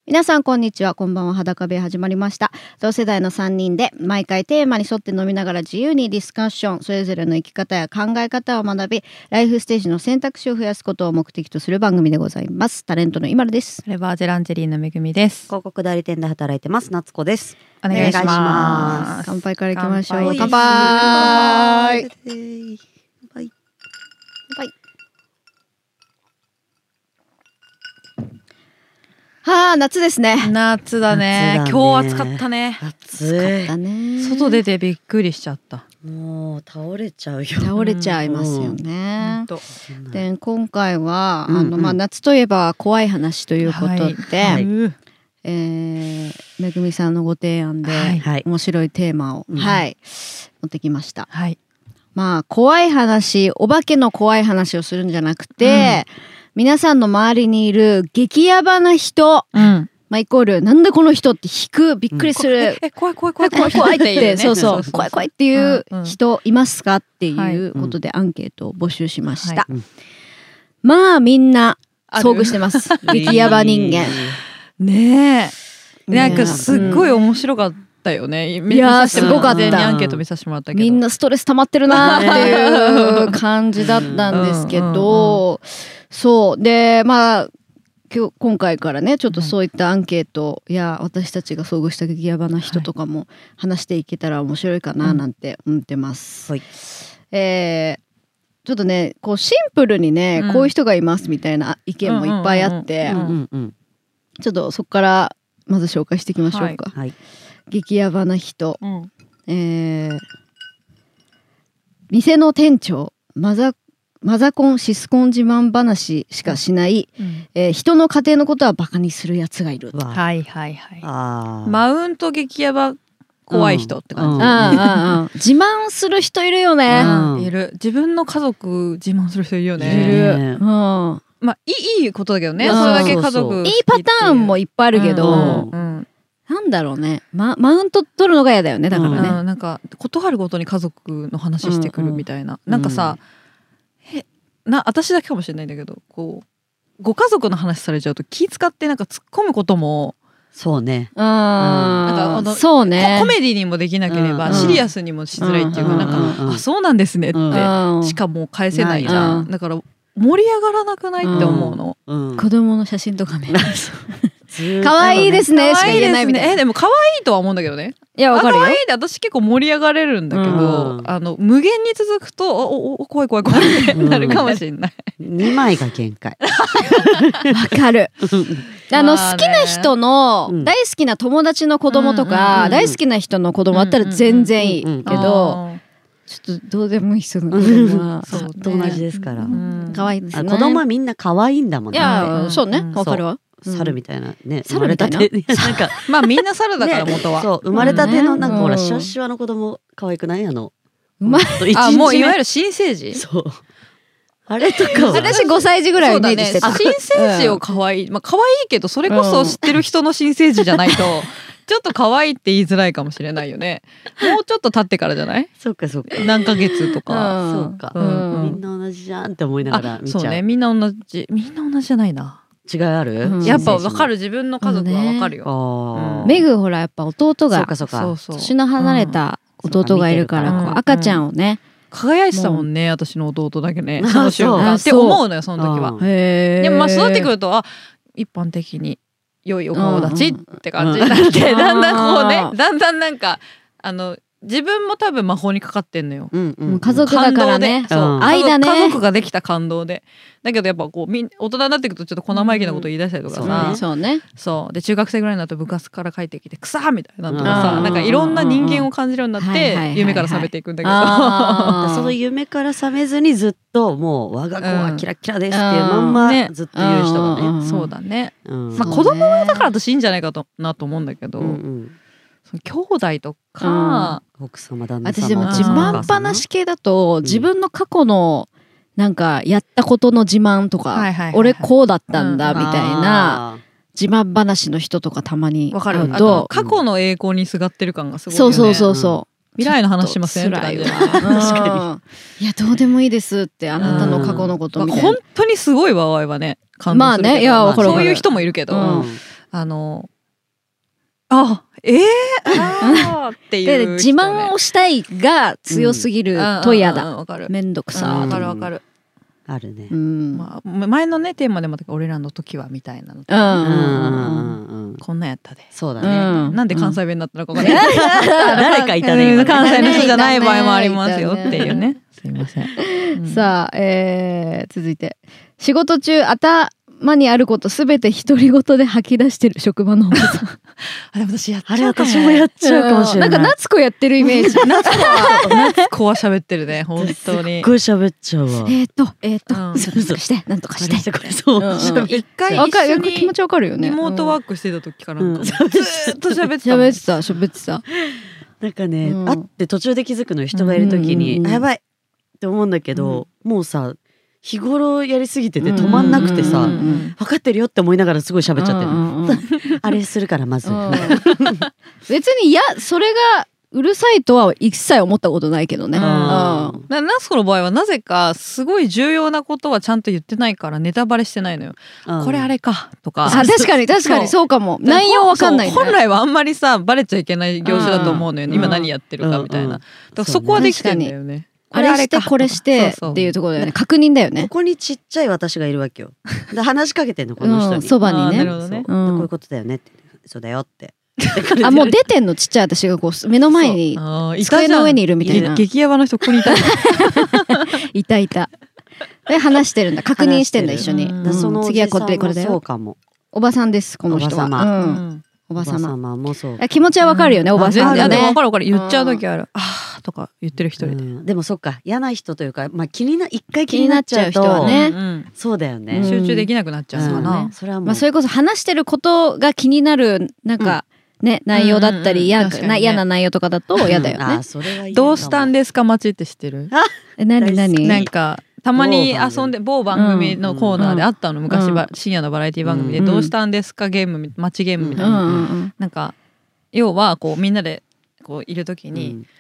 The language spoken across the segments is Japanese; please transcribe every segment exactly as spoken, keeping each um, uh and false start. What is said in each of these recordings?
皆さんこんにちは、こんばんは。裸部屋始まりました。同世代のさんにんで毎回テーマに沿って飲みながら自由にディスカッション、それぞれの生き方や考え方を学び、ライフステージの選択肢を増やすことを目的とする番組でございます。タレントの今るです。 レバージェランジェリーのめぐみです。 広告代理店で働いてます夏子です。 お願いします。 乾杯からいきましょう。乾乾杯杯。乾乾杯。 杯。はあ、夏ですね。 夏だね。 夏だね今日暑かったね。 暑い。 だね。 外出てびっくりしちゃった。 もう倒れちゃうよ。 倒れちゃいますよほんね。 とで、今回は、 うんうんあのまあ夏といえば怖い話ということで、 はいうんえーめぐみさんのご提案で、 はいはい。 面白いテーマを、 うんはい持ってきました。 はい。 まあ怖い話、お化けの怖い話をするんじゃなくて、皆さんの周りにいる激ヤバな人、 うん。 まあイコールなんだこの人って引く、びっくりする、 え、怖い怖い怖い怖い怖いって言そうそう怖い怖いっていううんうん人いますかってはいいうことでアンケートを募集しました。 はいうんまあみんなある遭遇してます。激ヤバ人間。 ねえ。なんねかすっごい面白かったよね。いいやーすごかった事前にアンケート見させてもらったけど。 みんなストレス溜まってるなっていう感じだったんですけど、そうでまあ今日今回からねちょっとそういったアンケートや私たちが遭遇した激ヤバな人とかも話していけたら面白いかななんて思ってます。 はい。 えーちょっとねこうシンプルにね、 うんこういう人がいますみたいな意見もいっぱいあって、 うんうんうん。 ちょっとそこからまず紹介していきましょうか。 はい。 激ヤバな人、 うん。 えー店の店長マザマザコンシスコン自慢話しかしない、 うんえー人の家庭のことはバカにするやつがいる。 わはいはいはい。 あーマウント激ヤバ怖い人って感じ。 うんああああ自慢する人いるよね。 うんいる。自分の家族自慢する人いるよいね。 る。 ねうん、 まあいいいいことだけどね。 うんそれだけ家族そうそういいパターンもいっぱいあるけど、 うんうんなんだろうね、ま、マウント取るのが嫌だよねだからね。 うんなんか断るごとに家族の話してくるみたいな、 うんなんかさ、へな私だけかもしれないんだけどこうご家族の話されちゃうと気使ってなんか突っ込むことも、 そうね。 うん、 なんかあのそうね。 ココメディにもできなければ、 うんシリアスにもしづらいっていうか、 うんなんか、 うんあそうなんですねって、 うんしかもう返せないじゃん、 うんだから盛り上がらなくないって思うの。 うん。 子供の写真とかね。 ずーっと可愛いですねしか可愛い言えないみたいな。 ですね。えでも可愛いとは思うんだけどね。 いやわかるよあ可愛いで私結構盛り上がれるんだけど、 うんあの無限に続くとおおお怖い怖い怖いってなるかもしれない。 にまいが限界。 わかる。あのまあね好きな人のうん大好きな友達の子供とうんうんうんか大好きな人の子供だったら全然いいうんうんうんけど、ちょっとどうでもいい人の子供はそうねと同じですから。 うん可愛いですね。 あ子供はみんな可愛いんだもんいね。 やそうねうんわかるわ。うん猿みたいなね。 猿みたいな生まれたてなんかまあみんな猿だから元は。 そう生まれたてのなんかほらうんシワシワの子供可愛くないあの。 うまい。 あもういわゆるる新生児。 そう。あれとかは私ごさい児ぐらいをイメージしてた。 そうだね、新生児を可愛い、まあ可愛いけどそれこそ知ってる人の新生児じゃないと、ちょっと可愛いって言いづらいかもしれないよね。もうちょっと経ってからじゃない？ そうかそうか。 何ヶ月とか。 うんそうか、 うんみんな同じじゃんって思いながらあ見ちゃう。 そうね、みんな同じみんな同じじゃないな。 違いある？ うんやっぱわかる。 る、自分の家族はわかるよ。 ああ。 メグほらやっぱ弟そうがかそうか。 そうそう。 年の離れた弟がいるからうんこう赤ちゃんをね。 輝いてたもんね、私の弟だけね。 あその瞬間そうって思うのよその時は。 うんへーでもまあ育ってくるとあ一般的に良いお顔立ちって感じになって、 うんだんだんこうねうんだんだんなんかあの自分も多分魔法にかかってんのよ。 うんうん。 もう家族だからね感動でそううん愛だね家族家族ができた感動で、だけどやっぱこうみん大人になってくるとちょっと小生意気なこと言い出したりとかそうさ、 ねそうね。 そうで中学生ぐらいになると部活から帰ってきてくさーみたいなのとかさ、 うんなんかいろんな人間を感じるようになっはいはいはいはいて夢から覚めていくんだけど、 あーその夢から覚めずにずっともう我が子はキラキラですっていうまんうんまねずっと言う人がうんね。 そうだね。 うんまあ子供はだから私いいんじゃないかとなと思うんだけど、 うんうんその兄弟とか、 奥様旦那様私でも自お父様慢お母様話系だと自分の過去のなんかやったことの自慢とか、 はいはいはいはい俺こうだったんだみたいなあ自慢話の人とかたまにわかる。 会うあとと、 過去の栄光にすがってる感がすごいよね。 そうそうそうそう。 未来の話しませんって感じだよね。 確かに。いやどうでもいいですってあなたの過去のことみたいなまあ本。当にすごい場合はね、感動するけどまあねいやわかるわかるそういう人もいるけど、 うんーあのあえー、あーっていう人、ね、 で自慢をしたいが強すぎると嫌だ、 うんうんうん、わかるめんどくさわうんかるわかる、 あるね。 うんまあ、前のねテーマでも俺らの時はみたいなの、 うんうんうんうんうん。 こんなんやったで、 そうだうね。 んなんで関西弁になったのか分かんない、 誰かいたね今ね。 うん関西の人じゃない場合もありますよいたねっていうね、すいません、うんさあ、えー、続いて仕事中頭にあることすべて独り言で吐き出してる職場のおばさんあれ私やっちあれゃうかも私もやっちゃうかもしれない。 なんか夏子やってるイメージ夏子は夏子は喋ってるね本当にすっごい喋っちゃうわ。 えーっとえーっと、 うんなんとかしてなんとかしてこれしてこれそう。 うんうん喋っ一回わかる一緒に気持ちわかるよねリモートワークしてた時からなんかうんずーっと喋ってたもん喋ってた喋ってたなんかね、 うん会って途中で気づくのよ、人がいる時に、 うんうんうんあやばいって思うんだけど、もうさ日頃やりすぎてて止まんなくてさ、 うんうんうん分かってるよって思いながらすごい喋っちゃってる、 うんうんうんあれするからまず、 うん別にいやそれがうるさいとは一切思ったことないけどね、 うんうんなナスコの場合はなぜかすごい重要なことはちゃんと言ってないからネタバレしてないのよ、 うんこれあれかとかあ確かに確かにそうかも内容わかんないねそう本来はあんまりさバレちゃいけない業種だと思うのよね、 うん今何やってるかみたいな、 うんだからそこはできてんだよね、 あれしてこれしてそうそうっていうところだよね確認だよねここにちっちゃい私がいるわけよで話しかけてんのこの人うんに、 そばにねあーなるほどねそううんでこういうことだよねってそうだよって言ってくれてるあもう出てんのちっちゃい私がこう目の前にあー机の上にいるみたいな激ヤバの人ここにいたいたいたで話してるんだ確認してんだ話してる一緒に、 うんだからそのお次はこじさんもれこれだよそうかもおばさんですこの人はおばうんうんおばさまおばさまもそうあ気持ちはわかるよね、おばさんあ全然がねわかるわかる言っちゃう時ある、あーとか言ってる一人で、 うんでもそっか嫌な人というか、まあ、気にな一回気気になっちゃうになっちゃうと人はねうんうんそうだよね、 うん集中できなくなっちゃうかな、 うんそれはもう、 まあ、それこそ話してることが気になるなんか、ね内容だったり、 うんうんうん嫌確かにねな嫌な内容とかだと嫌だよねあー。それはいいどうしたんでですか街って知ってるえ何何なんかたまに遊んで某番組のコーナーであったの、昔ばう深夜のバラエティ番組で、 うんどうしたんですかゲームみ街ゲームみたいな、 うんうんうんなんか要はこうみんなでこういる時に、 うん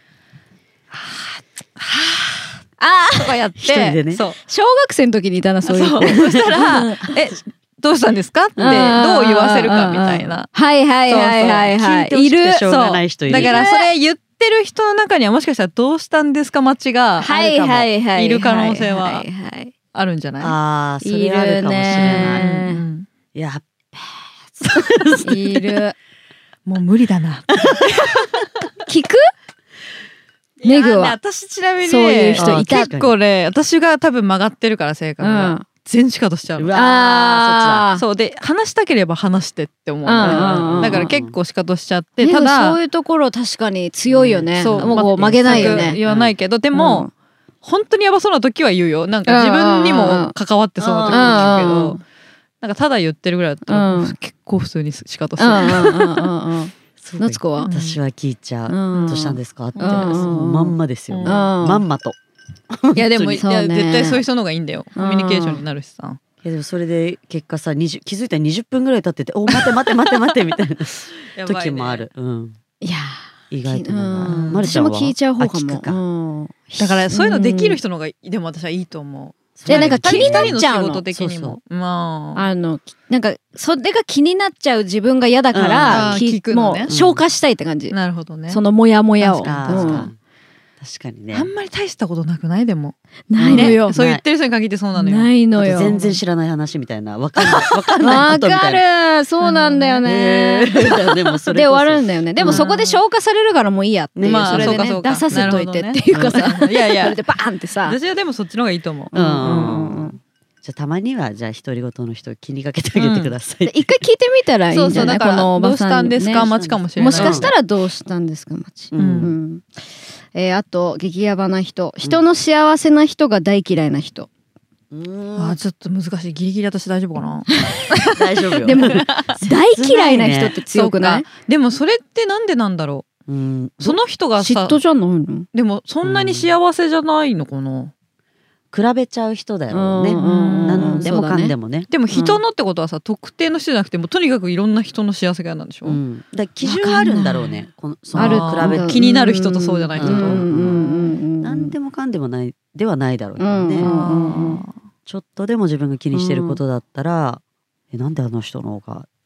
あとかやって一人でねそう小学生の時にいたなそういう子。 そうそしたら「えどうしたんですか?」ってどう言わせるかみたいな。 はいはいはいはいは聞いてほしくいいるてしょうがない人いるだからそれ言ってる人の中にはもしかしたら「どうしたんですか街」があはいるかも、 はいはいいる可能性ははいはいあるんじゃない、 あーそいれはあるるかもしれないねうんいやいるもう無理だな。 聞くメグいやねは私ちなみにそういう人いた結構ね私が多分曲がってるから性格が、 うん全シカトしちゃうの。 うわあーそうで話したければ話してって思うのね、 うんうんうんだから結構シカトしちゃってメグただそういうところ確かに強いよね。 そうもうこう曲げないよね。 言わないけど、でも、 うん本当にヤバそうな時は言うよ。なんか自分にも関わってそうな時は言うけど、 うんうんうんなんかただ言ってるぐらいだったら、 うん結構普通にシカトしうてる、 んうんうんうんうん。 そう夏子は私は聞いちゃう、 うんどうしたんですかって、 うんうんまんまですよ、 うんまんまといやでもいそうねや絶対そういう人の方がいいんだよ。コミュニケーションになるしさ。 いやでもそれで結果さにじゅう気づいたらにじゅっぷんぐらい経ってて「お待て待て待て待て」みたいなやばいね時もある、うん、 いや意外とう長いんまるちゃんは私も聞いちゃう方かも。 あ聞くかうんだからそういうのできる人の方がでも私はいいと思う。 いやなんか気になっちゃうの二人の仕事的にも。まあ。 あのなんかそれが気になっちゃう自分が嫌だかうんら、 あーき聞くのねもう消化したいって感じ。 なるほどね。 そのモヤモヤを。 確かにうんあー確かにねあんまり大したことなくないでも。 ないのよね。そう言ってる人に限ってそうなのよ。 ないのよ。 あと全然知らない話みたいなわかんないわかんないわことみたかいなる。そうなんだよね。 えーでもそれでこそ終わるんだよね。でもそこで消化されるからもういいやっていう、 まあそれでねそうかそうか出させといてなるほどねっていうかさ、 うんいやいやそれでバーンってさ、 私はでもそっちの方がいいと思う。 うんうんうんうんじゃあたまにはじゃあ独り言の人気にかけてあげてください、 で一回聞いてみたらいいんじゃない？ そうそうだからこのおばさんどうしたんですかね街かもしれない。 もしかしたらどうしたんですか街。 うんうんえーあと激ヤバな人、人の幸せな人が大嫌いな人。 うーんあーちょっと難しい。ギリギリ私大丈夫かな。 大丈夫よでも大嫌いな人って強くない？ そうかでもそれってなんでなんだろうんう。その人がさ嫉妬じゃないの？ でもそんなに幸せじゃないのかな。 比べちゃう人だよね、 うんうんうん何でもかんでもねでも人のってことはさ、特定の人じゃなくてもとにかくいろんな人の幸せが嫌なんでしょ。 うん、だから基準あるんだろうねこのそのある比べうん気になる人とそうじゃない人と。 うんうんうんうんうん何でもかんでもないではないだろうけどね、 うんうんうんちょっとでも自分が気にしてることだったら、えなんであの人の方が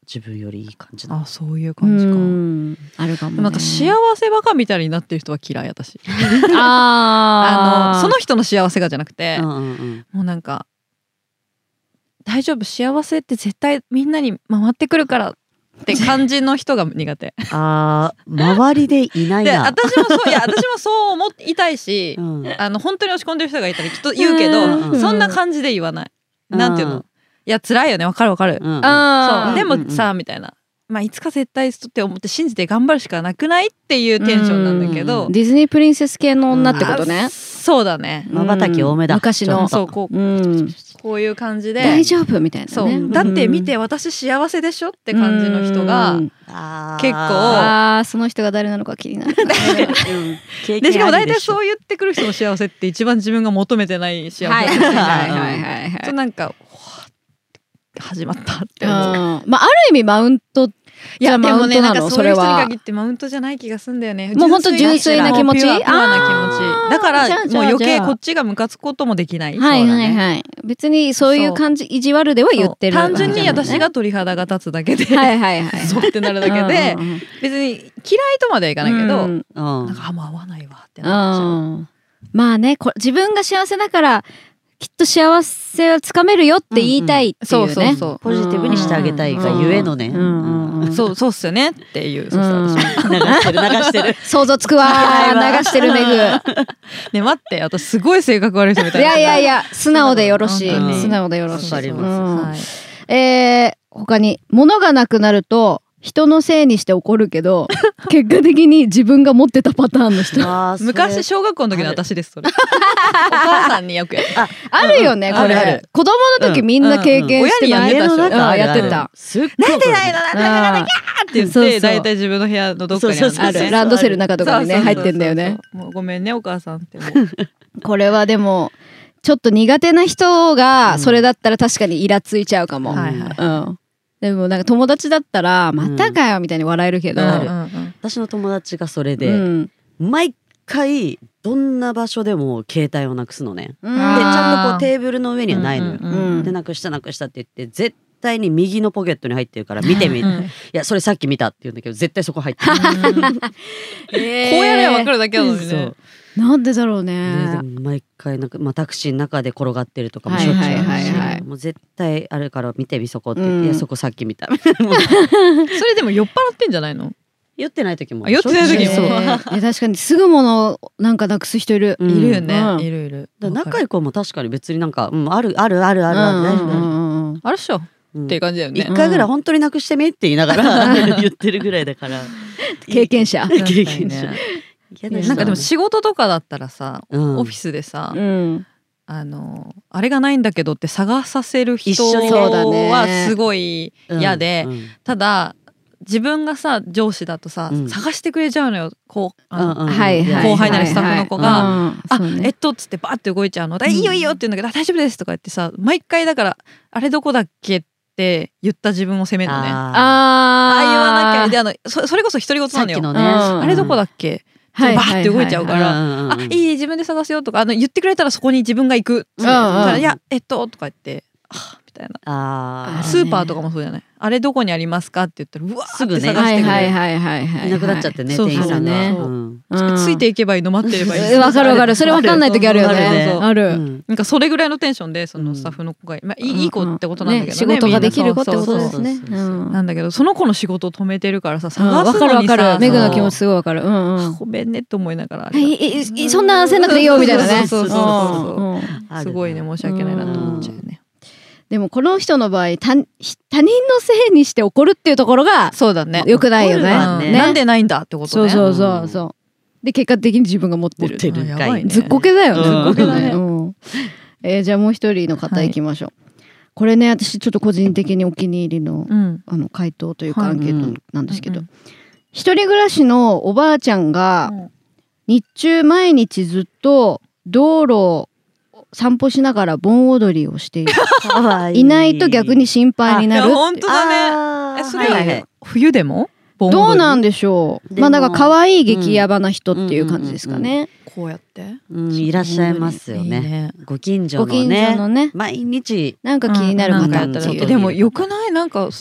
自分よりいい感じだ。 あ、そういう感じか。 うんあるかもね。 なんか幸せバカみたいになってる人は嫌い私。 ああのその人の幸せがじゃなくて、 うんうんうんもうなんか大丈夫、幸せって絶対みんなに回ってくるからって感じの人が苦手。 あー周りでいないでな。 私もそういや私もそう思いたいし、 うんあの本当に落ち込んでる人がいたらきっと言うけど、 うんそんな感じで言わない。なんていうの、いや辛いよね、わかるわかる、 うんうんあーそうでもさ、みたいな、まあいつか絶対って思って信じて頑張るしかなくないっていうテンションなんだけど、 うんディズニープリンセス系の女ってことねあ。そうだね、 まばたき多めだ。 うん昔のちょっとそうこう、 うんこういう感じで大丈夫みたいなね。 そうだって見て私幸せでしょって感じの人がうんあー結構あーその人が誰なのか気になる。 うん経験でしかも大体ありでしょそう言ってくる人の幸せって一番自分が求めてない幸せはいはいはいはいはいはいそうなんかわー始まったってうん思う。 まあある意味マウントいやじゃあでもねマウントなのなんかそういう人にそれは限ってマウントじゃない気がするんだよね。 もうほんと純粋な気持ちピュアピュアな気持あーちだからじゃあじゃあもう余計じゃあこっちがムカつくこともできない。 はいはそうだねいはい。別にそういう感じ意地悪では言ってるそう単純にわけじゃないね私が鳥肌が立つだけで、 はいはいはい。 そうってなるだけでうんうんうん別に嫌いとまではいかないけど、 うんうんなんかあもう合わないわってなっちゃう。 うんまあねこ自分が幸せだからきっと幸せをつかめるよって言いたいっていうね。 そうそうそうポジティブにしてあげたいがゆえのね。 うんうんうんそうそうっすよねっていう。そううんそう私も流してる流してる。 想像つくわー流してるめぐ。 ね待って私すごい性格悪い人みたいな。 いやいやいや素直でよろしい、 本当に素直でよろしい。 わかりますうんはいえー他に物がなくなると人のせいにして怒るけど結果的に自分が持ってたパターンの人あーそれ昔小学校の時の私ですそれ。お母さんによくやってた。 あるよね、 うんこれあるある子供の時みんな経験してない、 うんうんうん親にやってたでしょうんやってた。 すっごいなんでないのなんでないのうんって言ってそうそう大体自分の部屋のどっかにあるんですねあるランドセルの中とかにね入ってんだよね。 そうそうそうそうもうごめんねお母さんってもうこれはでもちょっと苦手な人がそれだったら確かにイラついちゃうかも、 はいはいうん、でもなんか友達だったらまたかよみたいに笑えるけど、 うんうんうんうん私の友達がそれうで、 ん毎回どんな場所でも携帯をなくすのね。でちうんゃんとこうテーブルの上にはないのよ。 うんうんうんでなくしたなくしたって言って絶対に右のポケットに入ってるから見てみる。 うんいやそれさっき見たって言うんだけど絶対そこ入ってる。 えーこうやれば分かるだけなのにねそう。 なんでだろうねでね。 も毎回なんか、まあ、タクシーの中で転がってるとかもしょっちゅうあるし、 はいはいはいはいもう絶対あるから見てみそこって言って、 うんいやそこさっき見た。もうそれでも酔っ払ってんじゃないの？ 酔ってない時もあ酔ってない時もしょっちゅうえーいや確かにすぐものなんかなくす人いる。 うんいるよね、 うんいるいる。 だから仲いい子も確かに別になんか、うん、あるあるあるあるある大丈夫大丈夫うんあるっしょっうんていう感じだよね。 一回ぐらい本当になくしてみって言いながら言ってるぐらいだから経験者。 経験確かに者ね嫌な人なんかでも仕事とかだったらさ、 うんオフィスでさ、 うんあのあれがないんだけどって探させる人一緒にそうだねはすごい嫌で、 うんうんただ自分がさ上司だとさ、 うん探してくれちゃうのよこうあの、 うんうんはいはい後輩なりスタッフの子がはいはいあそうねえっとっつってバーって動いちゃうのだいいよいいよって言うんだけど、あ大丈夫ですとか言ってさ毎回だからあれどこだっけって言った自分を責めるのね。ああああ言わなきゃでであのそそれこそ独り言ーさなのよ。 っきのね、 うんあれどこだっけ、 はいバーって動いちゃうから、 うんうんうんあいい自分で探すよとかあの言ってくれたらそこに自分が行くって言ったらいやえっととか言ってあみたいな。 あースーパーとかもそうじゃないあれどこにありますかって言ったらうわーすぐねって探してくれる、 はいはいはいはいはいいなくなっちゃってね、 そう店員さんが、 そうそううんうんついていけばいいの待ってればいいえわかるわかるそれわかんない時あるよあるねねある、 うんなんかそれぐらいのテンションでそのスタッフの子が、まあ、いいいい子ってことなんだけどね、 仕事ができる子ってことそうそうそうですねそうそうそううんなんだけどその子の仕事を止めてるからさうん探わかるわすのにさ、 かるメグの気持ちちすごいわかるうんうんごめんねって思いながらあはれいいいいそんな焦んなくていいよみたいなねそうそうそうそううんうんあるすごいね申し訳ないなと思っちゃうよね。 でもこの人の場合他他人のせいにして怒るっていうところがそうだね。 良くないよね怒るわねねなんでないんだってことね。 そうそうそうそうで結果的に自分が持ってる持ってるあやばいねずっこけだよね、 うんずっこけだね、 ううんえーじゃあもう一人の方行きましょう、これね私ちょっと個人的にお気に入りの,、 うん。 あの回答というかはいアンケートなんですけど、 うん一人暮らしのおばあちゃんが日中毎日ずっと道路を散歩しながら盆踊りをしているかわいいいないと逆に心配になるいや本当だね。 あーえそれはいはいは冬でも？盆踊りどうなんでしょうでもまあなんか可愛い激ヤバな人っていう感じですかね、 こうやって。 うん、いらっしゃいますよねいいね。 ご近所のご近所ねのね毎日なんか気になる方うんなんかっていうやったらでもよくないなんか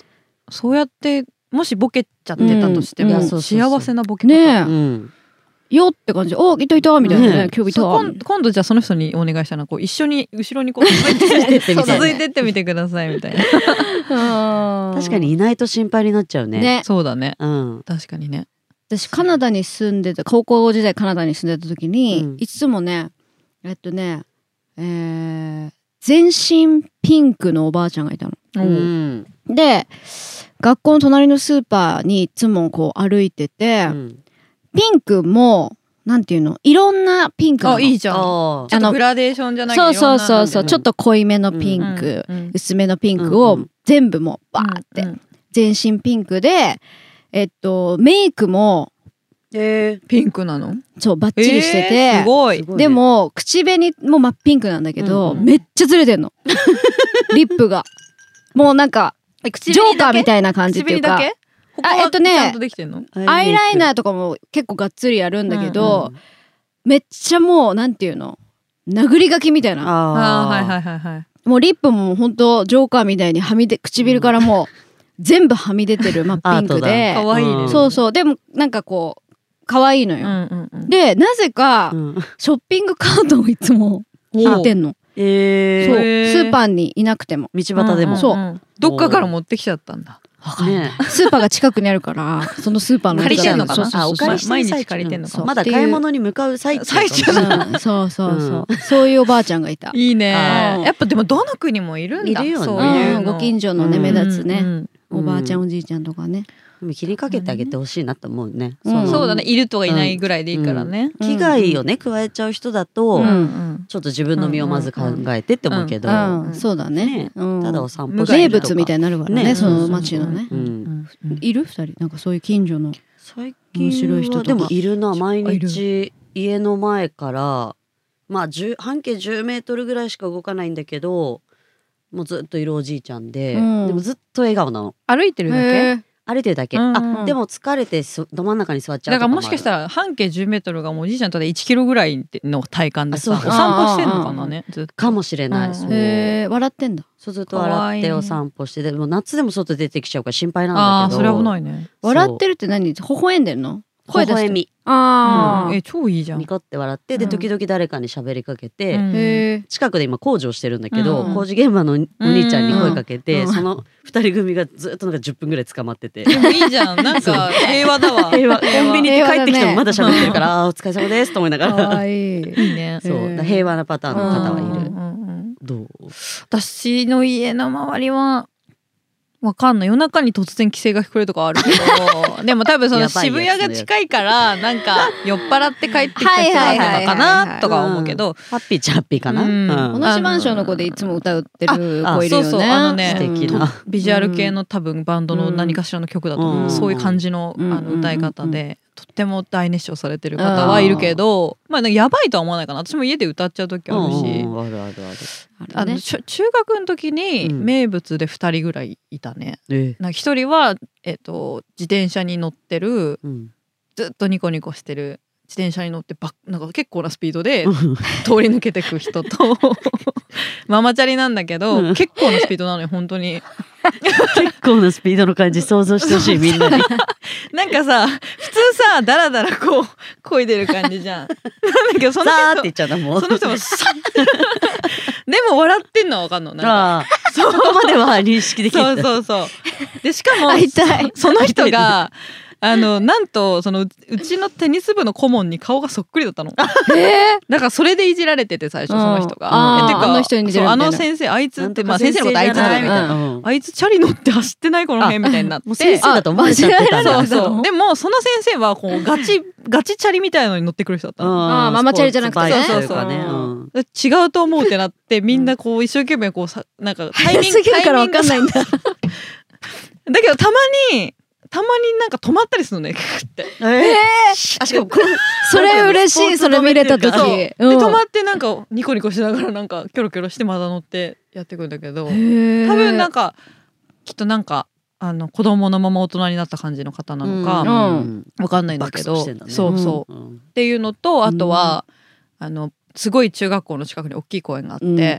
そうやってもしボケちゃってたとしても、 うんうん幸せなボケ方。 ねえ、 うんよって感じで、おいたいたみたいなね、 ね今日いたそう今今度じゃあその人にお願いしたらこう一緒に後ろにこう続いて続いてってみたいな続いてってみてくださいみたいな。 確かにいないと心配になっちゃうね。 ね、 そうだね。 うん。 確かにね。 私カナダに住んでた、高校時代カナダに住んでた時に、 うんいつもねえっとねえー、全身ピンクのおばあちゃんがいたの。 うおう。 ん。 で学校の隣のスーパーにいつもこう歩いてて、 うんピンクもなんていうの、いろんなピンクなの。 あいいじゃん。 あちょっあのとグラデーションじゃないけどそうそうそうそう、 うんちょっと濃いめのピンク、 うんうん薄めのピンクをうん全部もうバーって、 うんうん全身ピンクで、えっとメイクもえピンクなの？ そうバッチリしてえーて、 すごい。 すごいねでも口紅も真っピンクなんだけど、 うんうんめっちゃずれてんのリップがもうなんかジョーカーみたいな感じっていうか、 唇だけ？他はえっとねちゃんとできてんの？ アイライナーととかも結構がっつりやるんだけかど、めっちゃもうなんていうの、殴り書きみたいな、 ああはいい。 はいはいはい。 もうリップもほんとジョーカーみたいにはみ出、唇からもう全部はみ出てる真っピンクで可愛いね。 そうそう、でもなんかこう可愛いのよ、 うんうんうん。 でなぜかうんショッピングカートをいつも引いてんの、そうえー、 スーパーにいなくても道端でも。 そうんんんどっかから持ってきちゃったんだ。 ね。 スーパーが近くにあるからそのスーパーの借りてんのかなそうそうそうあ、お借りしてる毎最中日借りてんのかそうまだ買い物に向かう最中。 最中うんそうそうそう、そういうおばあちゃんがいた。 いいね。 あーやっぱでもどの国もいるんだ。 いるよねそういうの。 うん、ご近所のね、 うん目立つね、 うんおばあちゃんおじいちゃんとかね、 でも気にかけてあげてほしいなと思うね。 うんのそうだね。いるとかいないぐらいでいいからね。 危害をね加えちゃう人だと、 うんうんちょっと自分の身をまず考えてって思うけど、 うん、そうだねね。 うん、 ただお散歩名物みたいになるからね、 ねその町のね。 ううんんうんいる二人なんかそういう近所の。 最面白い人とか近はでもいるな。毎あい日家の前からまあじゅう半径じゅうメートルぐらいしか動かないんだけど、もうずっといるおじいちゃんで、 うんでもずっと笑顔なの。 歩いてるだけ。 へー歩いてるだけ。 うんあ、でも疲れてすど真ん中に座っちゃうだからとかもある。 もしかしたら半径じゅうメートルがもうおじいちゃんとでいちキロぐらいの体感でさ、おあそう散歩してんのかなね。ずっとかもしれない。 うんそうへえ、笑ってんだ。 そうずっと笑ってお散歩してでも夏でも外出てきちゃうから心配なんああだけど。 それ危ないね。 笑ってるって何？微笑んでんの？声出してる。 微笑みああ、 え超いいじゃんニ。コって笑ってでうん時々誰かに喋りかけて、 うんへえ。 近くで今工事をしてるんだけど、 うん工事現場のお兄ちゃんに声かけて、 うんその二人組がずっとなんかじゅっぷんぐらい捕まってて。 でもいいじゃん。なんか平和だわ。 平和コンビニ行って帰ってきてもまだ喋ってるから、 平あーお疲れ様ですと思いながら。 かわいい。 いいね。 そうへーだから平和なパターンの方はいる。 うんうんうんどう？ 私の家の周りはわかんない。夜中に突然規制が聞こえるとかあるけどでも多分そのやばいやつ渋谷が近いからなんか酔っ払って帰ってきた人だったのかなとか思うけど、 ハッピーっちゃハッピーかな。 うんうん同じマンションの子でいつも歌ってるあ子いるよね。 そうそうあのね素敵なビジュアル系の多分バンドの何かしらの曲だと思う、 うんそういう感じの,、 うんあの歌い方で、とっても大熱唱されてる方はいるけど、まあやばいとは思わないかな。私も家で歌っちゃう時あるし、 うんうんあるあるある。 あのちょ中学の時にうん名物でふたりぐらいいたね。 えなんかひとりは、えっと、自転車に乗ってるうんずっとニコニコしてる自転車に乗ってばっなんか結構なスピードで通り抜けてく人とママチャリなんだけど、 うん結構なスピードなのよ本当に。 結構なスピードの感じ想像してほしいみんなに。 なんかさ普通さダラダラこう漕いでる感じじゃん。なんだけどそのさーって人言っちゃうのもう。 その人もさでも笑ってんのは分かんのなんかああそこまでは認識できるそうそうそうでしかも会いたいその人があのなんとそのううちのテニス部の顧問に顔がそっくりだったの。 えだからそれでいじられてて最初その人が。 うんえてかあの人に似てるそうみたいなあの先生あいつってまあなんとか先生のことあいつじゃないみたいな。 なうんあいつチャリ乗って走ってないこの辺みたいになって。 もう先生だと思われちゃってたんだ。 そうだそう。でもその先生はこうガチガチチャリみたいなのに乗ってくる人だったの。 あーママチャリじゃなくてねスポーツバイクというかねそうそううんで違うと思うってなってみんなこう一生懸命こうさなんかタイミング早すぎるからわかんないんだ。 だけどたまにたまになんか止まったりするのねって。 えーあしかもこうそれ嬉しい、それ見れた時。 そうでうん止まってなんかニコニコしながらなんかキョロキョロしてまた乗ってやってくるんだけど、多へー分なんかきっとなんかあの子供のまま大人になった感じの方なのかうんわかんないんだけど、 爆走してんだねそうそう、 うんっていうのとあとは、あのすごい中学校の近くに大きい公園があって、 うん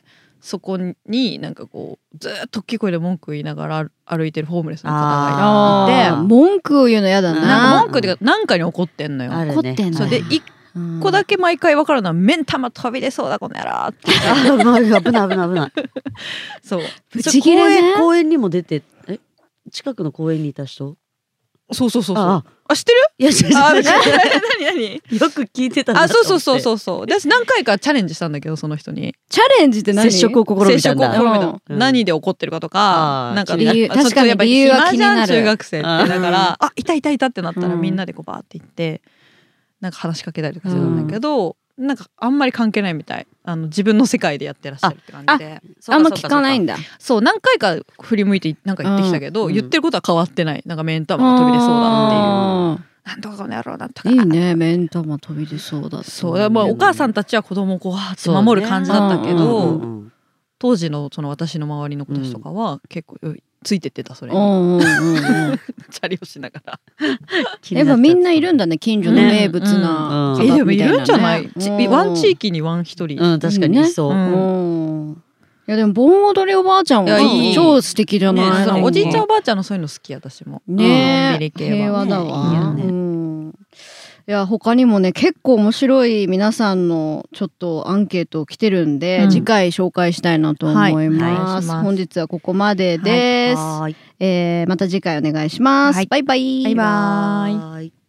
そこになんかこうずっと大きい声で文句言いながら歩いてるホームレスの方あがいて、 ー文句言うのやだな。 なんか文句っていうかなんかに怒ってんのよ。 あるね怒ってんのそうで一個だけ毎回分かるのは目ん玉飛び出そうだこの野郎ってあまあ危ない危ない危ない。 そうブチギレね公園公園にも出てえ近くの公園にいた人？ そうそうそうそうああ知ってるいや違うあ違う何何何よく聞いてたなあと思って。 そうそうそうそうそうで私何回かチャレンジしたんだけどその人にチャレンジって何？ 接触を試みたんだ。 接触を試みた、 うん何で怒ってるかとか、 あーなんか理由あそう確かにやっぱ理由は暇じゃん気になる中学生ってだから、 うんあいたいたいたってなったらうんみんなでこうバーって行ってなんか話しかけたりとかするんだけど、なんかあんまり関係ないみたい。あの自分の世界でやってらっしゃるって感じで、 あんま聞かないんだ。 そう何回か振り向いてなんか言ってきたけど、 うん言ってることは変わってない。なんか目ん玉が飛び出そうだっていう。 あなんとかこの野郎なんとか。 ーいいね、目ん玉飛び出そうだって。 そうだからまあお母さんたちは子供をこうわーって守る感じだったけそうど、 ねうんうん当時のその私の周りの子たちとかは結構ついてってたそれに、 うんうんうんうん。 チャリをしながら。 やっぱみんないるんだね、近所の名物なね方えでもいみたいなね。 るんじゃない？ちうんワン地域にワン一人。 うん確かにいそう。 ううんん。いやでも盆踊りおばあちゃんはいやいい超素敵じゃない？ ねなんかおじいちゃんおばあちゃんのそういうの好き私も。 ねえ、 のんびり系は平和だねいいわ。 よねうん。いや他にもね結構面白い皆さんのちょっとアンケート来てるんで、 うん次回紹介したいなと思います。 はいお願いします本日はここまでです。 はーいえーまた次回お願いします。 はいバイバイ。 バイバーイ。 はーい。